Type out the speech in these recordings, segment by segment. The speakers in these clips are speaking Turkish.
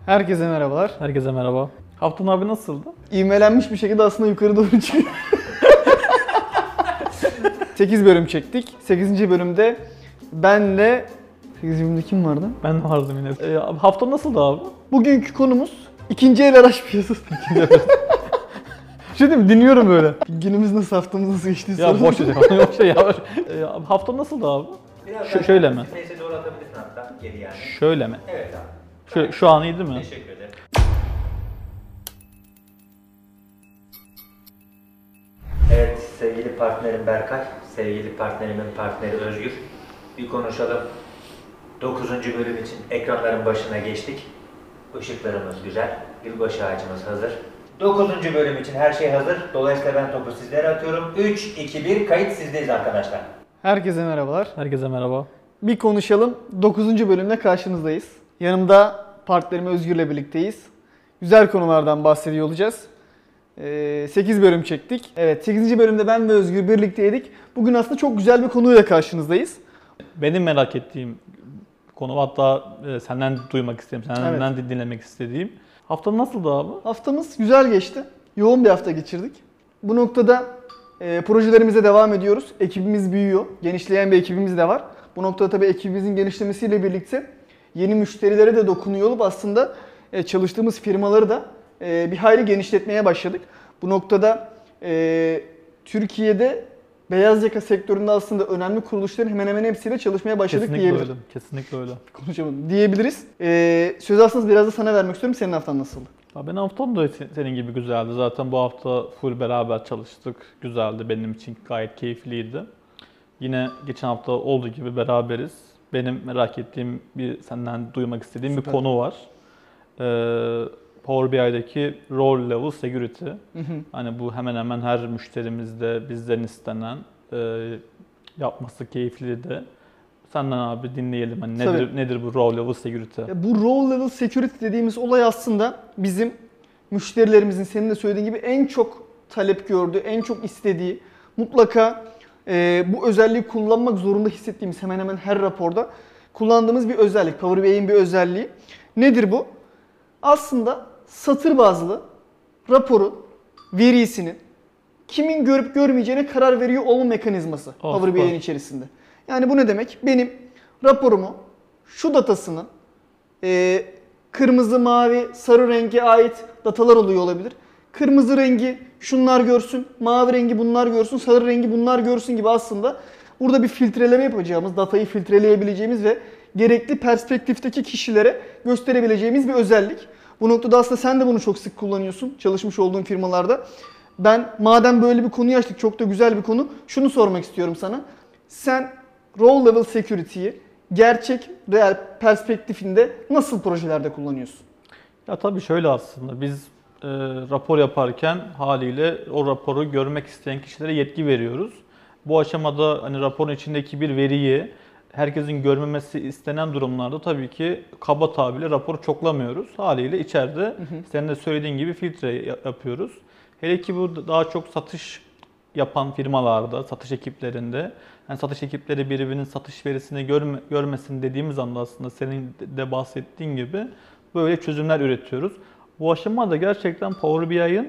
Herkese merhabalar. Herkese merhaba. Haftan abi nasıldı? İvmelenmiş bir şekilde aslında yukarı doğru çıkıyor. 8 bölüm çektik. 8. bölümde benle... 8. bölümde kim vardı? Ben vardım yine. Hafta nasıldı abi? Bugünkü konumuz ikinci el araç piyasası. Şey değil mi? Dinliyorum böyle. Günümüz nasıl, haftamız nasıl geçti? Ya boş ver. Boş ver ya. Hafta nasıldı abi? Şöyle mi? Neyse doğru atabilirsin hatta geri yani. Şöyle mi? Evet abi. Şu an iyi değil mi? Teşekkür ederim. Evet sevgili partnerim Berkay, sevgili partnerimin partneri Özgür. Bir konuşalım. 9. bölüm için ekranların başına geçtik. Işıklarımız güzel, yılbaşı ağacımız hazır. 9. bölüm için her şey hazır. Dolayısıyla ben topu sizlere atıyorum. 3, 2, 1 kayıt sizdeyiz arkadaşlar. Herkese merhabalar. Herkese merhaba. Bir konuşalım. 9. bölümle karşınızdayız. Yanımda partnerim Özgür'le birlikteyiz. Güzel konulardan bahsediyor olacağız. 8 bölüm çektik. Evet, 8. bölümde ben ve Özgür birlikteydik. Bugün aslında çok güzel bir konuyla karşınızdayız. Benim merak ettiğim konu, hatta senden duymak istedim, senden dinlemek istediğim. Hafta nasıldı abi? Haftamız güzel geçti. Yoğun bir hafta geçirdik. Bu noktada projelerimize devam ediyoruz. Ekibimiz büyüyor. Genişleyen bir ekibimiz de var. Bu noktada tabii ekibimizin genişlemesiyle birlikte yeni müşterilere de dokunuyor olup aslında çalıştığımız firmaları da bir hayli genişletmeye başladık. Bu noktada Türkiye'de beyaz yaka sektöründe aslında önemli kuruluşların hemen hemen hepsiyle çalışmaya başladık Kesinlikle diyebiliriz. öyle. Kesinlikle öyle. Konuşamadım. Diyebiliriz. Söz aslında biraz da sana vermek istiyorum. Senin haftan nasıldı? Ya benim haftam da senin gibi güzeldi. Zaten bu hafta full beraber çalıştık. Güzeldi. Benim için gayet keyifliydi. Yine geçen hafta olduğu gibi beraberiz. Benim merak ettiğim, senden duymak istediğim Süper. bir konu var. Power BI'deki Role Level Security. Hani bu hemen hemen her müşterimizde bizden istenen, yapması keyifli de. Senden abi dinleyelim. Hani nedir bu Role Level Security? Ya bu Role Level Security dediğimiz olay aslında bizim müşterilerimizin senin de söylediğin gibi en çok talep gördüğü, en çok istediği, mutlaka bu özelliği kullanmak zorunda hissettiğimiz hemen hemen her raporda kullandığımız bir özellik. Power BI'nin bir özelliği. Nedir bu? Aslında satır bazlı raporun verisinin kimin görüp görmeyeceğine karar veriyor olma mekanizması Power BI'nin içerisinde. Yani bu ne demek? Benim raporumu şu datasının kırmızı, mavi, sarı renge ait datalar oluyor olabilir. Kırmızı rengi şunlar görsün, mavi rengi bunlar görsün, sarı rengi bunlar görsün gibi aslında burada bir filtreleme yapacağımız, datayı filtreleyebileceğimiz ve gerekli perspektifteki kişilere gösterebileceğimiz bir özellik. Bu noktada aslında sen de bunu çok sık kullanıyorsun çalışmış olduğun firmalarda. Ben madem böyle bir konuyu açtık, çok da güzel bir konu, şunu sormak istiyorum sana. Sen Role Level Security'yi gerçek, real perspektifinde nasıl projelerde kullanıyorsun? Ya tabii şöyle aslında biz rapor yaparken haliyle o raporu görmek isteyen kişilere yetki veriyoruz. Bu aşamada hani raporun içindeki bir veriyi herkesin görmemesi istenen durumlarda tabii ki kaba tabirle raporu çoklamıyoruz. Haliyle içeride senin de söylediğin gibi filtre yapıyoruz. Hele ki bu daha çok satış yapan firmalarda, satış ekiplerinde, yani satış ekipleri birbirinin satış verisini görmesin dediğimiz anda aslında senin de bahsettiğin gibi böyle çözümler üretiyoruz. Bu aşamada gerçekten Power BI'ın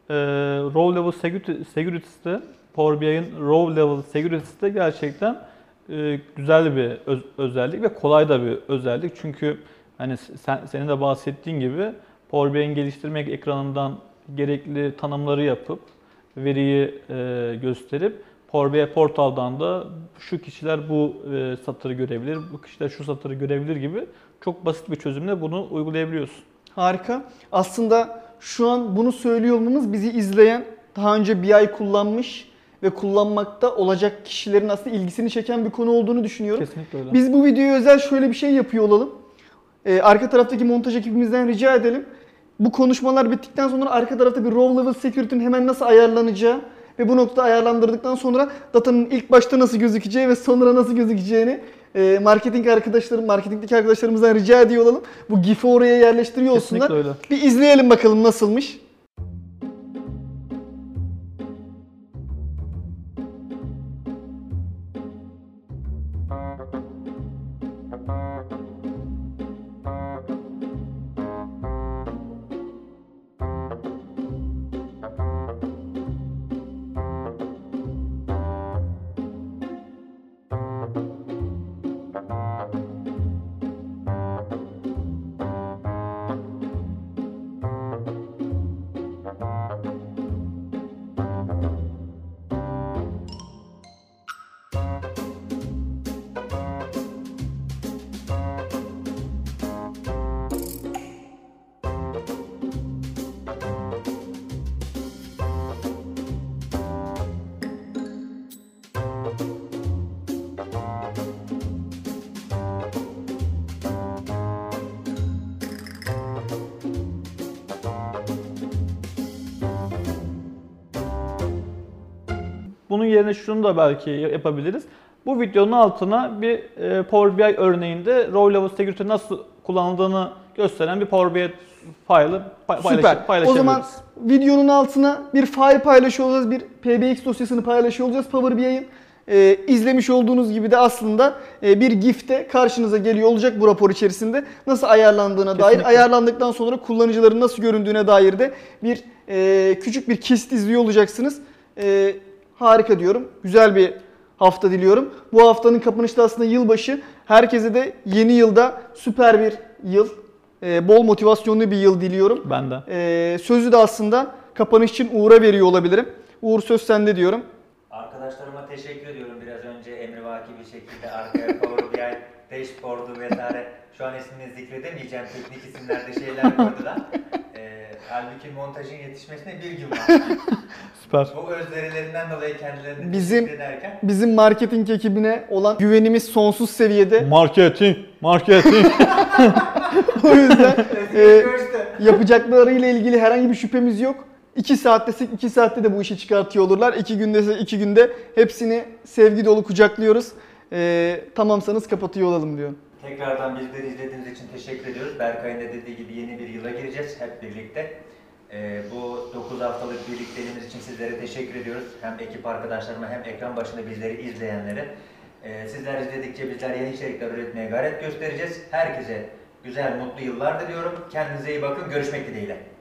Role Level Security'si, Power BI'ın Role Level Security'si de gerçekten güzel bir özellik ve kolay da bir özellik. Çünkü hani senin de bahsettiğin gibi Power BI'nin geliştirme ekranından gerekli tanımları yapıp veriyi gösterip Power BI portaldan da şu kişiler bu satırı görebilir, bu kişiler şu satırı görebilir gibi çok basit bir çözümle bunu uygulayabiliyorsun. Harika. Aslında şu an bunu söylüyor olmamız bizi izleyen, daha önce BI kullanmış ve kullanmakta olacak kişilerin aslında ilgisini çeken bir konu olduğunu düşünüyorum. Kesinlikle öyle. Biz bu videoya özel şöyle bir şey yapıyor olalım. Arka taraftaki montaj ekibimizden rica edelim. Bu konuşmalar bittikten sonra arka tarafta bir Role Level Security'nin hemen nasıl ayarlanacağı ve bu noktada ayarlandırdıktan sonra datanın ilk başta nasıl gözükeceği ve sonra nasıl gözükeceğini marketingdeki arkadaşlarımızdan rica ediyor olalım. Bu GIF'i oraya yerleştiriyor olsunlar. Kesinlikle öyle. Bir izleyelim bakalım nasılmış. bunun yerine şunu da belki yapabiliriz. Bu videonun altına bir Power BI örneğinde Row Level Security nasıl kullanıldığını gösteren bir Power BI file'ı Süper. paylaşabiliriz. O zaman videonun altına bir file paylaşıyor olacağız. Bir PBX dosyasını paylaşıyor olacağız Power BI'nin. İzlemiş olduğunuz gibi de aslında bir GIF de karşınıza geliyor olacak bu rapor içerisinde. Nasıl ayarlandığına dair, ayarlandıktan sonra kullanıcıların nasıl göründüğüne dair de bir küçük bir kesit izliyor olacaksınız. Harika diyorum. Güzel bir hafta diliyorum. Bu haftanın kapanışta aslında yılbaşı. Herkese de yeni yılda süper bir yıl, bol motivasyonlu bir yıl diliyorum. Ben de. Sözü de aslında kapanış için Uğur'a veriyor olabilirim. Uğur, söz sende diyorum. Arkadaşlarıma teşekkür ediyorum. Biraz önce emrivaki bir şekilde arkaya Power BI, dashboard'u vesaire, şu an ismini zikredemeyeceğim teknik isimlerde şeyler koydular. Halbuki montajın yetişmesine bir gün var. Süper. Bu özverilerinden dolayı kendilerini Bizim- teşekkür ederken Bizim marketing ekibine olan güvenimiz sonsuz seviyede. Marketing. O yüzden görüştü. yapacaklarıyla ilgili herhangi bir şüphemiz yok. 2 saat desek 2 saatte de bu işi çıkartıyor olurlar. 2 gün desek 2 günde hepsini sevgi dolu kucaklıyoruz. Tamamsanız kapatıyor olalım diyor. Tekrardan bizleri izlediğiniz için teşekkür ediyoruz. Berkay'ın da dediği gibi yeni bir yıla gireceğiz hep birlikte. Bu 9 haftalık birlikteliğimiz için sizlere teşekkür ediyoruz. Hem ekip arkadaşlarıma hem ekran başında bizleri izleyenlere. Sizler izledikçe bizler yeni içerikler üretmeye gayret göstereceğiz. Herkese güzel, mutlu yıllar diliyorum. Kendinize iyi bakın. Görüşmek dileğiyle.